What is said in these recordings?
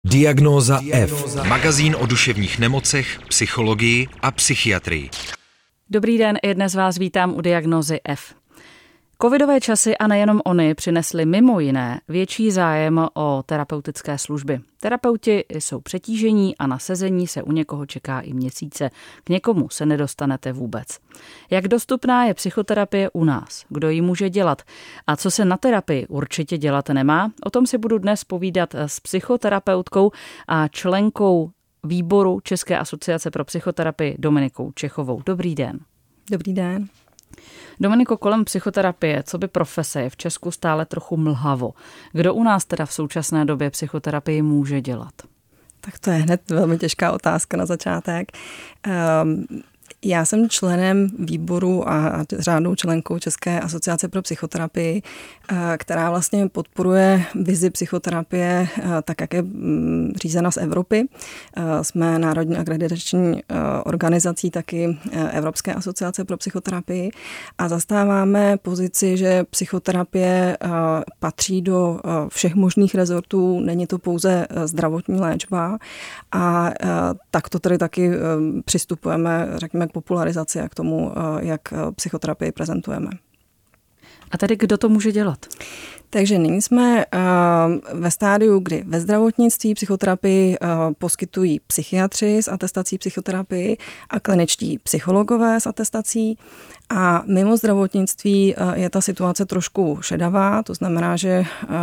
Diagnóza F. Magazín o duševních nemocech, psychologii a psychiatrii. Dobrý den, i dnes vás vítám u Diagnózy F. Covidové časy a nejenom ony přinesly mimo jiné větší zájem o terapeutické služby. Terapeuti jsou přetížení a na sezení se u někoho čeká i měsíce. K někomu se nedostanete vůbec. Jak dostupná je psychoterapie u nás? Kdo ji může dělat? A co se na terapii určitě dělat nemá? O tom si budu dnes povídat s psychoterapeutkou a členkou výboru České asociace pro psychoterapii Dominikou Čechovou. Dobrý den. Dobrý den. Dominiko, kolem psychoterapie, co by profese, je v Česku stále trochu mlhavo. Kdo u nás teda v současné době psychoterapii může dělat? Tak to je hned velmi těžká otázka na začátek. Já jsem členem výboru a řádnou členkou České asociace pro psychoterapii, která vlastně podporuje vizi psychoterapie tak, jak je řízena z Evropy. Jsme národní akreditační organizací taky Evropské asociace pro psychoterapii a zastáváme pozici, že psychoterapie patří do všech možných rezortů, není to pouze zdravotní léčba a tak to tedy taky přistupujeme, řekněme, k popularizaci a k tomu, jak psychoterapii prezentujeme. A tady kdo to může dělat? Takže nyní jsme ve stádiu, kdy ve zdravotnictví psychoterapii poskytují psychiatři s atestací psychoterapii a kliničtí psychologové s atestací. A mimo zdravotnictví je ta situace trošku šedavá, to znamená, že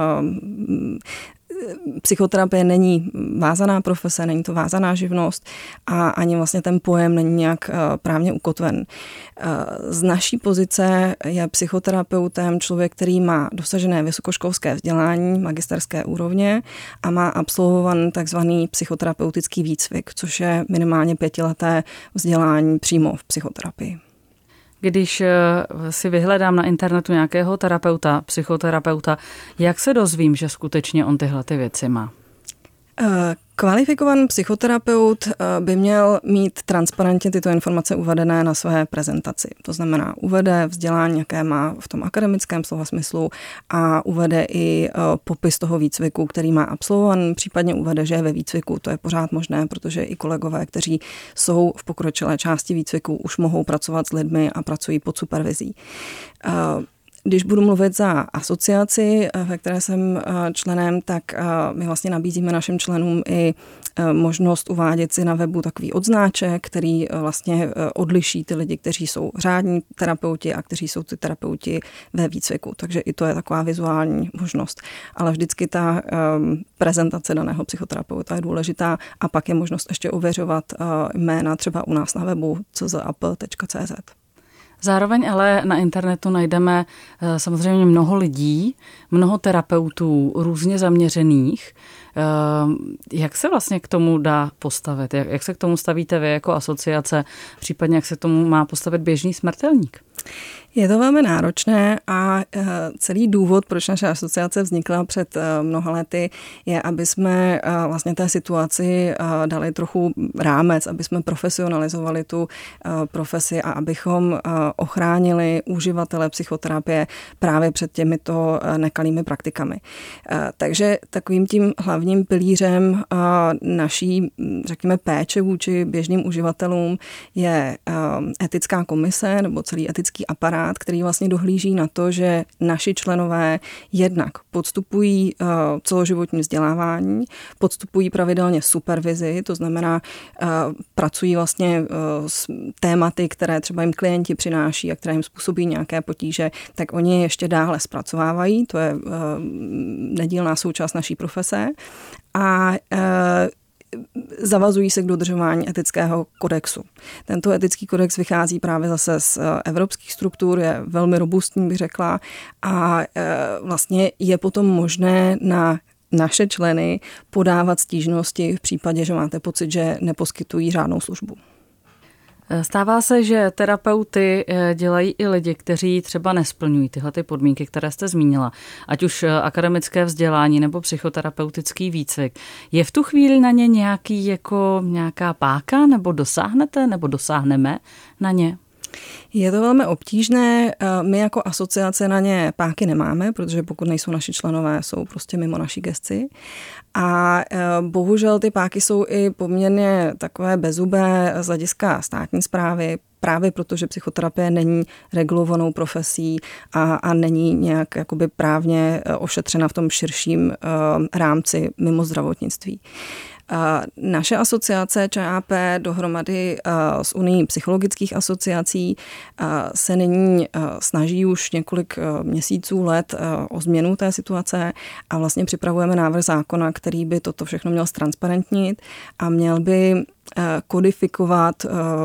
psychoterapie není vázaná profese, není to vázaná živnost a ani vlastně ten pojem není nějak právně ukotven. Z naší pozice je psychoterapeutem člověk, který má dosažené vysokoškolské vzdělání, magisterské úrovně a má absolvovaný takzvaný psychoterapeutický výcvik, což je minimálně 5leté vzdělání přímo v psychoterapii. Když si vyhledám na internetu nějakého terapeuta, psychoterapeuta, jak se dozvím, že skutečně on tyhle ty věci má? Kvalifikovaný psychoterapeut by měl mít transparentně tyto informace uvedené na své prezentaci. To znamená, uvede vzdělání, jaké má v tom akademickém slova smyslu a uvede i popis toho výcviku, který má absolvovaný, případně uvede, že je ve výcviku. To je pořád možné, protože i kolegové, kteří jsou v pokročilé části výcviku, už mohou pracovat s lidmi a pracují pod supervizí. Když budu mluvit za asociaci, ve které jsem členem, tak my vlastně nabízíme našim členům i možnost uvádět si na webu takový odznáček, který vlastně odliší ty lidi, kteří jsou řádní terapeuti a kteří jsou ty terapeuti ve výcviku. Takže i to je taková vizuální možnost. Ale vždycky ta prezentace daného psychoterapeuta je důležitá a pak je možnost ještě ověřovat jména třeba u nás na webu czap.cz. Zároveň ale na internetu najdeme samozřejmě mnoho lidí, mnoho terapeutů různě zaměřených. Jak se vlastně k tomu dá postavit? Jak se k tomu stavíte vy jako asociace? Případně jak se k tomu má postavit běžný smrtelník? Je to velmi náročné a celý důvod, proč naše asociace vznikla před mnoha lety, je, aby jsme vlastně té situaci dali trochu rámec, aby jsme profesionalizovali tu profesi a abychom ochránili uživatele psychoterapie právě před těmito nekalými praktikami. Takže takovým tím hlavním pilířem naší, řekněme, péče vůči běžným uživatelům je etická komise nebo celý etický aparát, který vlastně dohlíží na to, že naši členové jednak podstupují celoživotní vzdělávání, podstupují pravidelně supervizi, to znamená pracují vlastně s tématy, které třeba jim klienti přináší a které jim způsobí nějaké potíže, tak oni je ještě dále zpracovávají, to je nedílná součást naší profese a zavazují se k dodržování etického kodexu. Tento etický kodex vychází právě zase z evropských struktur, je velmi robustní, bych řekla, a vlastně je potom možné na naše členy podávat stížnosti v případě, že máte pocit, že neposkytují řádnou službu. Stává se, že terapeuty dělají i lidi, kteří třeba nesplňují tyhle ty podmínky, které jste zmínila, ať už akademické vzdělání nebo psychoterapeutický výcvik. Je v tu chvíli na ně nějaká páka, nebo dosáhnete, nebo dosáhneme na ně? Je to velmi obtížné. My jako asociace na ně páky nemáme, protože pokud nejsou naši členové, jsou prostě mimo naší gesci. A bohužel ty páky jsou i poměrně takové bezzubé z hlediska státní správy, právě protože psychoterapie není regulovanou profesí a není nějak jakoby právně ošetřena v tom širším rámci mimo zdravotnictví. Naše asociace ČAP dohromady s Unií psychologických asociací se nyní snaží už několik měsíců, let o změnu té situace a vlastně připravujeme návrh zákona, který by toto všechno měl ztransparentnit a měl by kodifikovat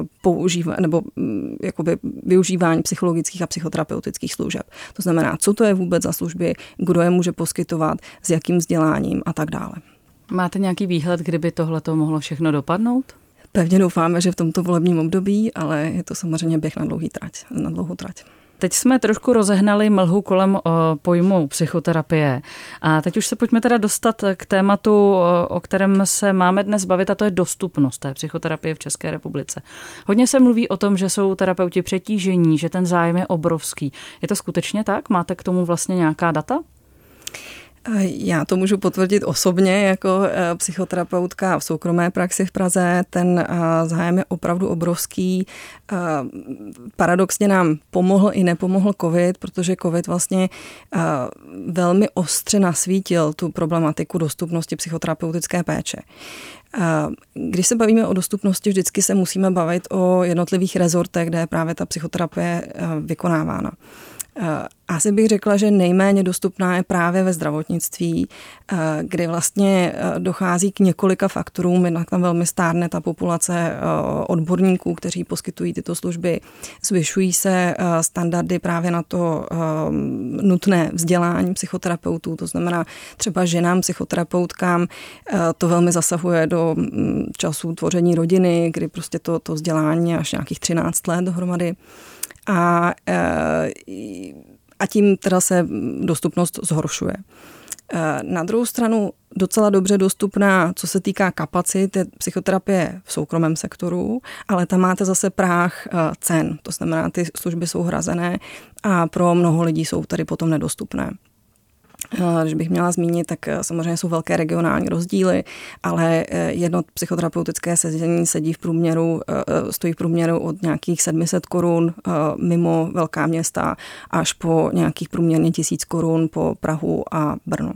jakoby využívání psychologických a psychoterapeutických služeb. To znamená, co to je vůbec za služby, kdo je může poskytovat, s jakým vzděláním a tak dále. Máte nějaký výhled, kdyby tohleto mohlo všechno dopadnout? Pevně doufáme, že v tomto volebním období, ale je to samozřejmě běh na dlouhou trať. Teď jsme trošku rozehnali mlhu kolem pojmu psychoterapie a teď už se pojďme teda dostat k tématu, o kterém se máme dnes bavit, a to je dostupnost té psychoterapie v České republice. Hodně se mluví o tom, že jsou terapeuti přetížení, že ten zájem je obrovský. Je to skutečně tak? Máte k tomu vlastně nějaká data? Já to můžu potvrdit osobně jako psychoterapeutka v soukromé praxi v Praze. Ten zájem je opravdu obrovský. Paradoxně nám pomohl i nepomohl covid, protože covid vlastně velmi ostře nasvítil tu problematiku dostupnosti psychoterapeutické péče. Když se bavíme o dostupnosti, vždycky se musíme bavit o jednotlivých rezortech, kde je právě ta psychoterapie vykonávána. Asi bych řekla, že nejméně dostupná je právě ve zdravotnictví, kdy vlastně dochází k několika faktorům, jednak tam velmi stárne ta populace odborníků, kteří poskytují tyto služby, zvyšují se standardy právě na to nutné vzdělání psychoterapeutů, to znamená třeba ženám, psychoterapeutkám, to velmi zasahuje do času tvoření rodiny, kdy prostě to vzdělání je až nějakých 13 let dohromady. A tím teda se dostupnost zhoršuje. Na druhou stranu docela dobře dostupná, co se týká kapacit, je psychoterapie v soukromém sektoru, ale tam máte zase práh cen, to znamená, ty služby jsou hrazené a pro mnoho lidí jsou tady potom nedostupné. Když bych měla zmínit, tak samozřejmě jsou velké regionální rozdíly, ale jedno psychoterapeutické sezení stojí v průměru od nějakých 700 korun mimo velká města až po nějakých průměrně 1000 korun po Prahu a Brno.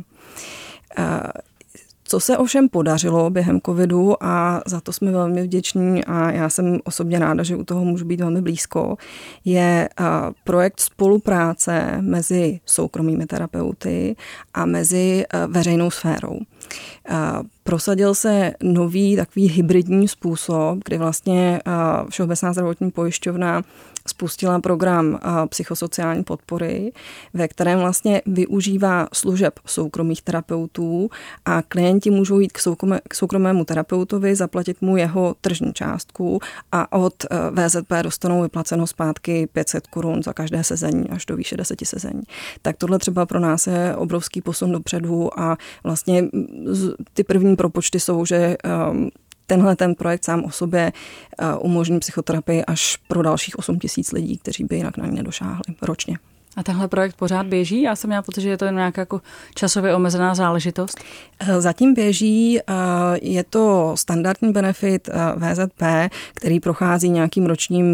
Co se ovšem podařilo během covidu a za to jsme velmi vděční a já jsem osobně ráda, že u toho můžu být velmi blízko, je projekt spolupráce mezi soukromými terapeuty a mezi veřejnou sférou. Prosadil se nový takový hybridní způsob, kdy vlastně Všeobecná zdravotní pojišťovna spustila program psychosociální podpory, ve kterém vlastně využívá služeb soukromých terapeutů a klienti můžou jít k soukromému terapeutovi, zaplatit mu jeho tržní částku a od VZP dostanou vyplaceno zpátky 500 korun za každé sezení až do výše 10 sezení. Tak tohle třeba pro nás je obrovský posun dopředu a vlastně ty první propočty jsou, že ten projekt sám o sobě umožní psychoterapii až pro dalších 8 000 lidí, kteří by jinak na ní nedošáhli ročně. A tenhle projekt pořád běží? Já jsem měla pocit, že je to nějaká jako časově omezená záležitost. Zatím běží, je to standardní benefit VZP, který prochází nějakou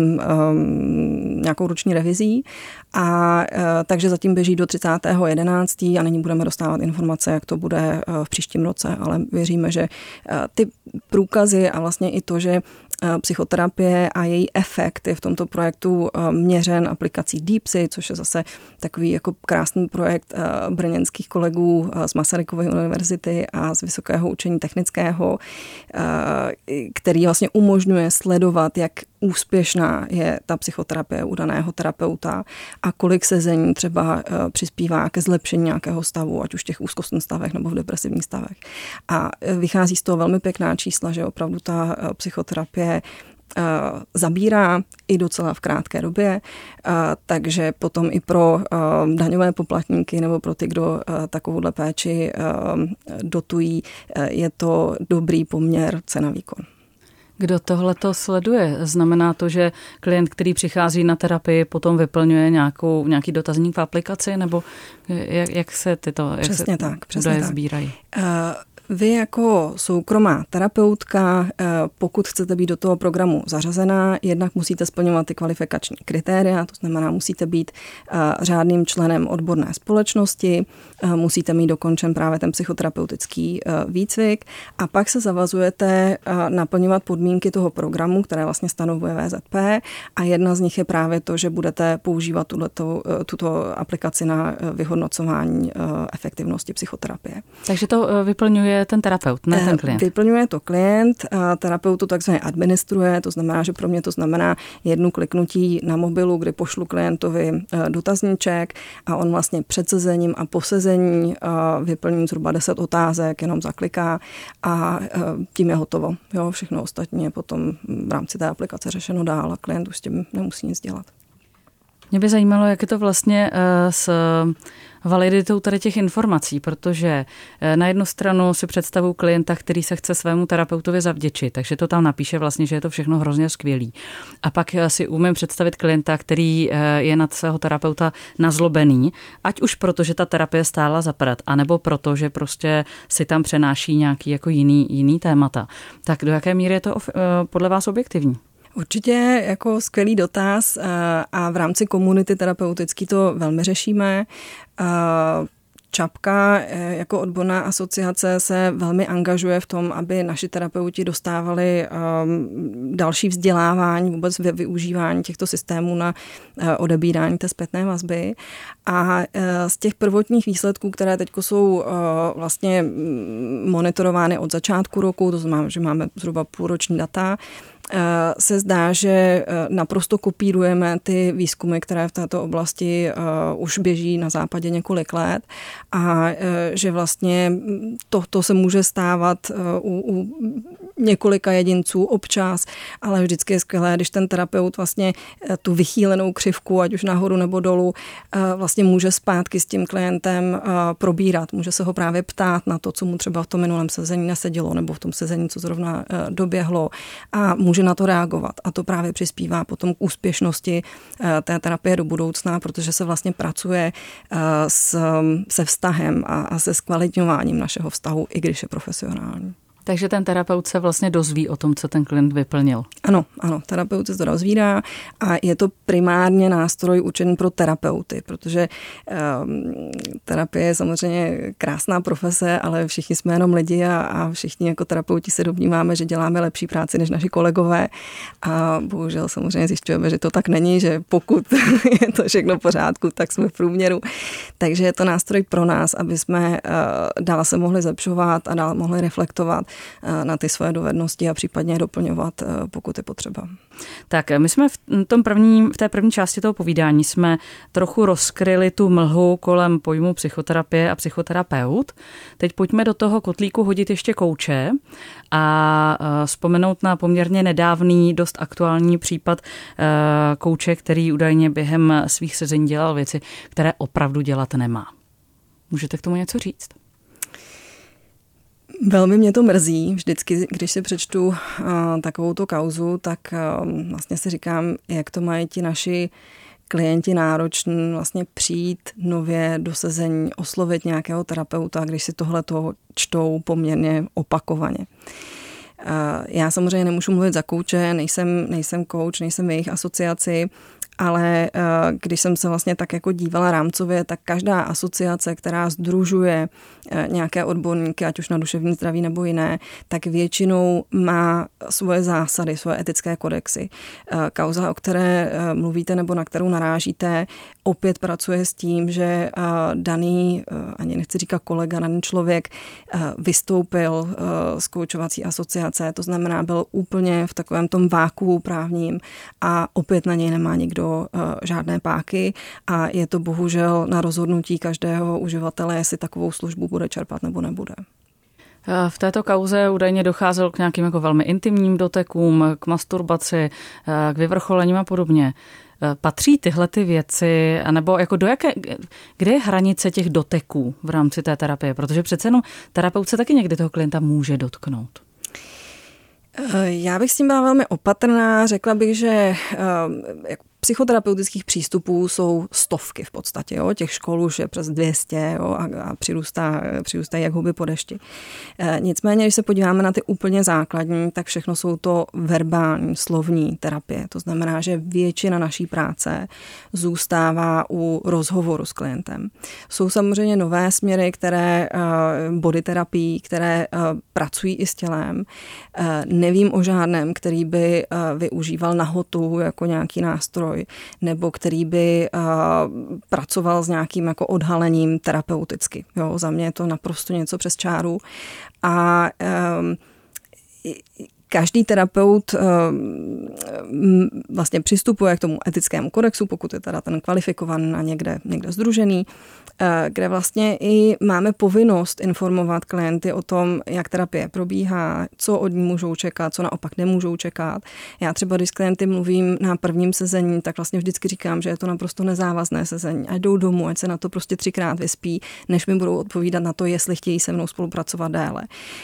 roční revizí, a takže zatím běží do 30.11. a nyní budeme dostávat informace, jak to bude v příštím roce, ale věříme, že ty průkazy a vlastně i to, že psychoterapie a její efekt je v tomto projektu měřen aplikací DeepSy, což je zase takový jako krásný projekt brněnských kolegů z Masarykovy univerzity a z Vysokého učení technického, který vlastně umožňuje sledovat, jak úspěšná je ta psychoterapie u daného terapeuta a kolik sezení třeba přispívá ke zlepšení nějakého stavu, ať už v těch úzkostných stavech nebo v depresivních stavech. A vychází z toho velmi pěkná čísla, že opravdu ta psychoterapie zabírá i docela v krátké době, takže potom i pro daňové poplatníky nebo pro ty, kdo takovouhle péči dotují, je to dobrý poměr cena-výkon. Kdo tohleto sleduje? Znamená to, že klient, který přichází na terapii, potom vyplňuje nějaký dotazník v aplikaci, nebo jak se tyto údaje sbírají? Vy jako soukromá terapeutka, pokud chcete být do toho programu zařazená, jednak musíte splňovat ty kvalifikační kritéria, to znamená, musíte být řádným členem odborné společnosti, musíte mít dokončen právě ten psychoterapeutický výcvik a pak se zavazujete naplňovat podmínky toho programu, které vlastně stanovuje VZP a jedna z nich je právě to, že budete používat tuto aplikaci na vyhodnocování efektivnosti psychoterapie. Takže to vyplňuje ten terapeut, ne ten klient. Vyplňuje to klient, terapeut to takzvaně administruje, to znamená, že pro mě to znamená jednu kliknutí na mobilu, kdy pošlu klientovi dotazníček a on vlastně před sezením a po sezení vyplní zhruba 10 otázek, jenom zakliká a tím je hotovo. Jo, všechno ostatní je potom v rámci té aplikace řešeno dál a klient už s tím nemusí nic dělat. Mě by zajímalo, jak je to vlastně s validitou tady těch informací, protože na jednu stranu si představuji klienta, který se chce svému terapeutovi zavděčit, takže to tam napíše vlastně, že je to všechno hrozně skvělý. A pak si umím představit klienta, který je na svého terapeuta nazlobený, ať už proto, že ta terapie stála za prd, anebo proto, že prostě si tam přenáší nějaký jako jiný témata. Tak do jaké míry je to podle vás objektivní? Určitě jako skvělý dotaz a v rámci komunity terapeutický to velmi řešíme. Čapka jako odborná asociace se velmi angažuje v tom, aby naši terapeuti dostávali další vzdělávání vůbec ve využívání těchto systémů na odebírání té zpětné vazby. A z těch prvotních výsledků, které teď jsou vlastně monitorovány od začátku roku, to znamená, že máme zhruba půlroční data, se zdá, že naprosto kopírujeme ty výzkumy, které v této oblasti už běží na západě několik let a že vlastně to se může stávat u několika jedinců občas, ale vždycky je skvělé, když ten terapeut vlastně tu vychýlenou křivku, ať už nahoru nebo dolů, vlastně může zpátky s tím klientem probírat. Může se ho právě ptát na to, co mu třeba v tom minulém sezení nesedělo nebo v tom sezení, co zrovna doběhlo a může na to reagovat. A to právě přispívá potom k úspěšnosti té terapie do budoucna, protože se vlastně pracuje se vztahem a se zkvalitňováním našeho vztahu, i když je profesionální. Takže ten terapeut se vlastně dozví o tom, co ten klient vyplnil. Ano, terapeut se to dozvídá a je to primárně nástroj určený pro terapeuty, protože terapie je samozřejmě krásná profese, ale všichni jsme jenom lidi a všichni jako terapeuti se domníváme, že děláme lepší práci než naši kolegové a bohužel samozřejmě zjišťujeme, že to tak není, že pokud je to všechno v pořádku, tak jsme v průměru. Takže je to nástroj pro nás, aby jsme dál se mohli zlepšovat a dál mohli reflektovat na ty svoje dovednosti a případně doplňovat, pokud je potřeba. Tak my jsme v té první části toho povídání jsme trochu rozkryli tu mlhu kolem pojmu psychoterapie a psychoterapeut. Teď pojďme do toho kotlíku hodit ještě kouče a vzpomenout na poměrně nedávný, dost aktuální případ kouče, který údajně během svých sezení dělal věci, které opravdu dělat nemá. Můžete k tomu něco říct? Velmi mě to mrzí. Vždycky, když si přečtu takovouto kauzu, tak vlastně si říkám, jak to mají ti naši klienti nároční vlastně přijít nově do sezení, oslovit nějakého terapeuta, když si tohleto čtou poměrně opakovaně. Já samozřejmě nemůžu mluvit za kouče, nejsem kouč, nejsem v jejich asociaci, ale když jsem se vlastně tak jako dívala rámcově, tak každá asociace, která sdružuje nějaké odborníky, ať už na duševní zdraví nebo jiné, tak většinou má svoje zásady, svoje etické kodexy. Kauza, o které mluvíte nebo na kterou narážíte, opět pracuje s tím, že daný, ani nechci říkat kolega, daný člověk vystoupil z koučovací asociace, to znamená, byl úplně v takovém tom vákuu právním a opět na něj nemá nikdo žádné páky a je to bohužel na rozhodnutí každého uživatele, jestli takovou službu bude čerpat nebo nebude. V této kauze údajně docházelo k nějakým jako velmi intimním dotekům, k masturbaci, k vyvrcholením a podobně. Patří tyhle ty věci, nebo jako kde je hranice těch doteků v rámci té terapie? Protože přece jenom terapeut se taky někdy toho klienta může dotknout. Já bych s tím byla velmi opatrná. Řekla bych, že psychoterapeutických přístupů jsou stovky v podstatě. Jo? Těch škol už je přes 200 jo? A přirůstají jak huby po dešti. Nicméně, když se podíváme na ty úplně základní, tak všechno jsou to verbální, slovní terapie. To znamená, že většina naší práce zůstává u rozhovoru s klientem. Jsou samozřejmě nové směry, které body terapii, které pracují i s tělem. Nevím o žádném, který by využíval nahotu jako nějaký nástroj, nebo který by pracoval s nějakým jako odhalením terapeuticky. Jo, za mě je to naprosto něco přes čáru. A každý terapeut vlastně přistupuje k tomu etickému kodexu, pokud je teda ten kvalifikovaný a někde sdružený, kde vlastně i máme povinnost informovat klienty o tom, jak terapie probíhá, co od ní můžou čekat, co naopak nemůžou čekat. Já třeba, když s klienty mluvím na prvním sezení, tak vlastně vždycky říkám, že je to naprosto nezávazné sezení. Ať jdou domů, ať se na to prostě 3krát vyspí, než mi budou odpovídat na to, jestli chtějí se mnou spolupracovat déle.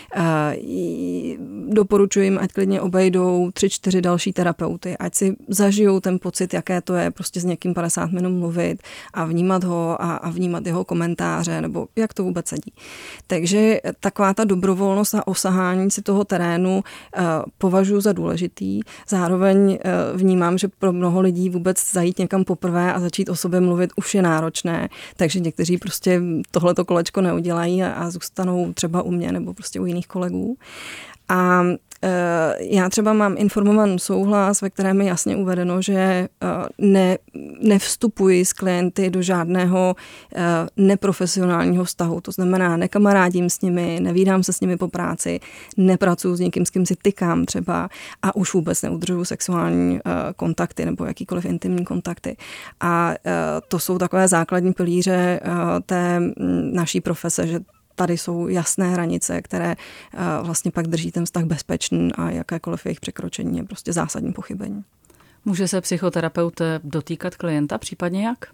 Doporučuji, ať klidně obejdou 3-4 další terapeuty, ať si zažijou ten pocit, jaké to je prostě s někým 50 minut mluvit a vnímat ho a vnímat jeho komentáře, nebo jak to vůbec sedí. Takže taková ta dobrovolnost a osahání si toho terénu považuji za důležitý. Zároveň vnímám, že pro mnoho lidí vůbec zajít někam poprvé a začít o sobě mluvit už je náročné, takže někteří prostě tohleto kolečko neudělají a zůstanou třeba u mě nebo prostě u jiných kolegů. A já třeba mám informovaný souhlas, ve kterém je jasně uvedeno, že nevstupuji s klienty do žádného neprofesionálního vztahu. To znamená, nekamarádím s nimi, nevídám se s nimi po práci, nepracuji s někým, s kým si tykám třeba a už vůbec neudržuju sexuální kontakty nebo jakýkoliv intimní kontakty. A to jsou takové základní pilíře té naší profese, že tady jsou jasné hranice, které vlastně pak drží ten vztah bezpečný a jakékoliv jejich překročení je prostě zásadní pochybení. Může se psychoterapeut dotýkat klienta, případně jak?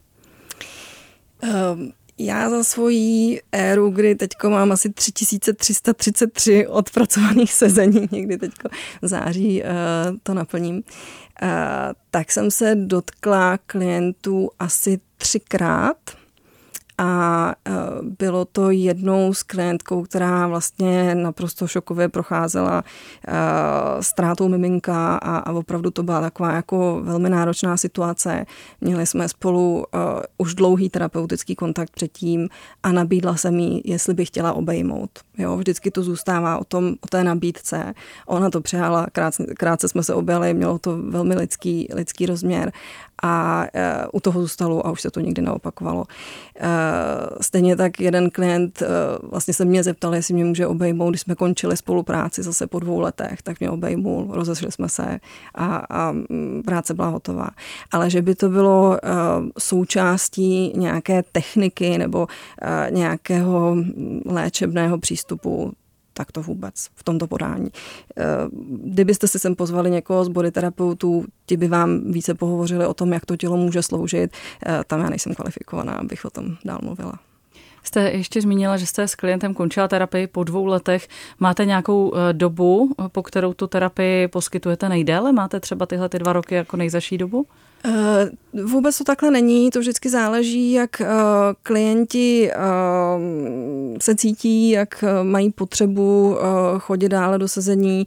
Já za svoji éru, kdy teďko mám asi 3333 odpracovaných sezení, někdy teďko v září to naplním, tak jsem se dotkla klientů asi 3krát. A bylo to jednou s klientkou, která vlastně naprosto šokově procházela ztrátou miminka a opravdu to byla taková jako velmi náročná situace. Měli jsme spolu už dlouhý terapeutický kontakt předtím a nabídla jsem jí, jestli by chtěla obejmout. Jo, vždycky to zůstává o té nabídce. Ona to přijala, krátce jsme se objali, mělo to velmi lidský rozměr a u toho zůstalo a už se to nikdy neopakovalo. Stejně tak jeden klient vlastně se mě zeptal, jestli mě může obejmout, když jsme končili spolupráci zase po 2 letech, tak mě obejmul, rozešli jsme se a práce byla hotová. Ale že by to bylo součástí nějaké techniky nebo nějakého léčebného přístupu, tak to vůbec v tomto podání. Kdybyste si sem pozvali někoho z bodyterapeutů, ti by vám více pohovořili o tom, jak to tělo může sloužit. Tam já nejsem kvalifikovaná, abych o tom dál mluvila. Jste ještě zmínila, že jste s klientem končila terapii po 2 letech. Máte nějakou dobu, po kterou tu terapii poskytujete nejdéle? Máte třeba tyhle 2 roky jako nejzazší dobu? Vůbec to takhle není, to vždycky záleží, jak klienti se cítí, jak mají potřebu chodit dále do sezení.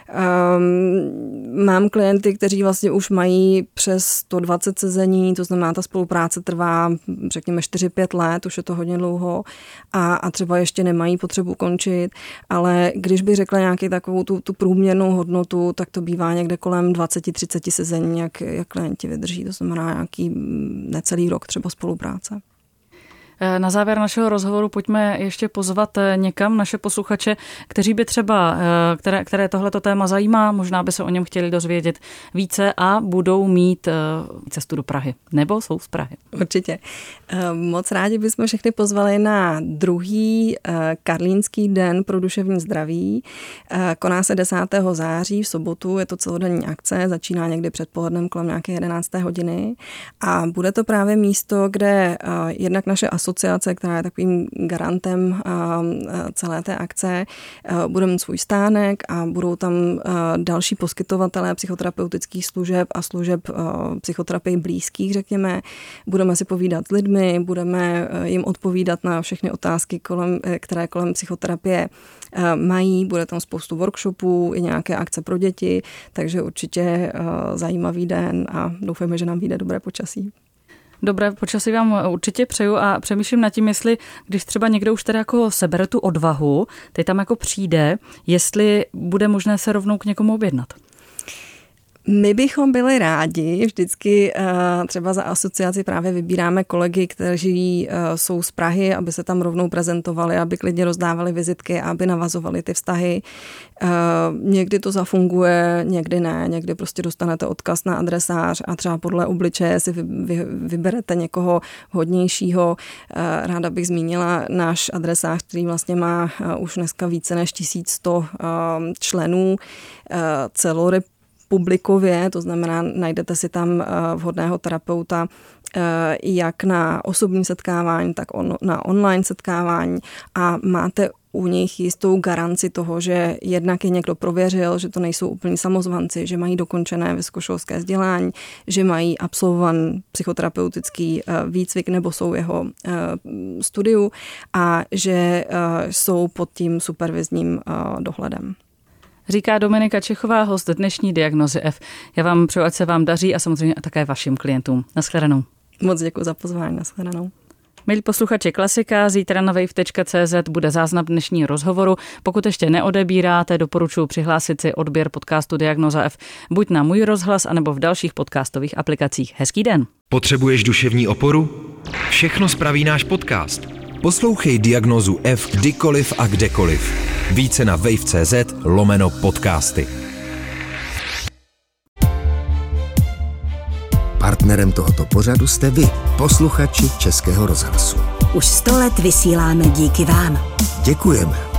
Mám klienty, kteří vlastně už mají přes 120 sezení, to znamená, ta spolupráce trvá, řekněme, 4-5 let, už je to hodně dlouho a třeba ještě nemají potřebu končit, ale když bych řekla nějaký takovou tu průměrnou hodnotu, tak to bývá někde kolem 20-30 sezení, jak klienti vydrží, to znamená nějaký necelý rok třeba spolupráce. Na závěr našeho rozhovoru pojďme ještě pozvat někam naše posluchače, kteří by třeba, které tohleto téma zajímá, možná by se o něm chtěli dozvědět více a budou mít cestu do Prahy, nebo jsou z Prahy. Určitě. Moc rádi bychom všechny pozvali na 2. Karlínský den pro duševní zdraví. Koná se 10. září v sobotu, je to celodenní akce, začíná někdy předpolednem kolem nějaké 11. hodiny a bude to právě místo, kde jednak naše asociace, která je takovým garantem celé té akce, bude mít svůj stánek a budou tam další poskytovatelé psychoterapeutických služeb a služeb psychoterapii blízkých, řekněme. Budeme si povídat s lidmi, budeme jim odpovídat na všechny otázky, které kolem psychoterapie mají. Bude tam spoustu workshopů i nějaké akce pro děti, takže určitě zajímavý den a doufejme, že nám vyjde dobré počasí. Dobré počasí vám určitě přeju a přemýšlím nad tím, jestli, když třeba někdo už teda jako sebere tu odvahu, teď tam jako přijde, jestli bude možné se rovnou k někomu objednat. My bychom byli rádi, vždycky třeba za asociaci právě vybíráme kolegy, kteří jsou z Prahy, aby se tam rovnou prezentovali, aby klidně rozdávali vizitky, aby navazovali ty vztahy. Někdy to zafunguje, někdy ne, někdy prostě dostanete odkaz na adresář a třeba podle obličeje si vyberete někoho hodnějšího. Ráda bych zmínila náš adresář, který vlastně má už dneska více než 1100 členů publikově, to znamená, najdete si tam vhodného terapeuta jak na osobní setkávání, tak na online setkávání a máte u nich jistou garanci toho, že jednak je někdo prověřil, že to nejsou úplní samozvanci, že mají dokončené vysokoškolské vzdělání, že mají absolvovaný psychoterapeutický výcvik nebo jsou jeho studiu a že jsou pod tím supervizním dohledem. Říká Dominika Čechová, host dnešní Diagnózy F. Já vám přeju, ať se vám daří a samozřejmě také vašim klientům. Naschledanou. Moc děkuji za pozvání. Naschledanou. Milí posluchači Klasika, zítra na wave.cz bude záznam dnešního rozhovoru. Pokud ještě neodebíráte, doporučuji přihlásit si odběr podcastu Diagnóza F buď na Můj rozhlas, anebo v dalších podcastových aplikacích. Hezký den. Potřebuješ duševní oporu? Všechno spraví náš podcast. Poslouchej Diagnózu F kdykoliv a kdekoliv. Více na wave.cz/podcasty. Partnerem tohoto pořadu jste vy, posluchači Českého rozhlasu. Už 100 let vysíláme díky vám. Děkujeme.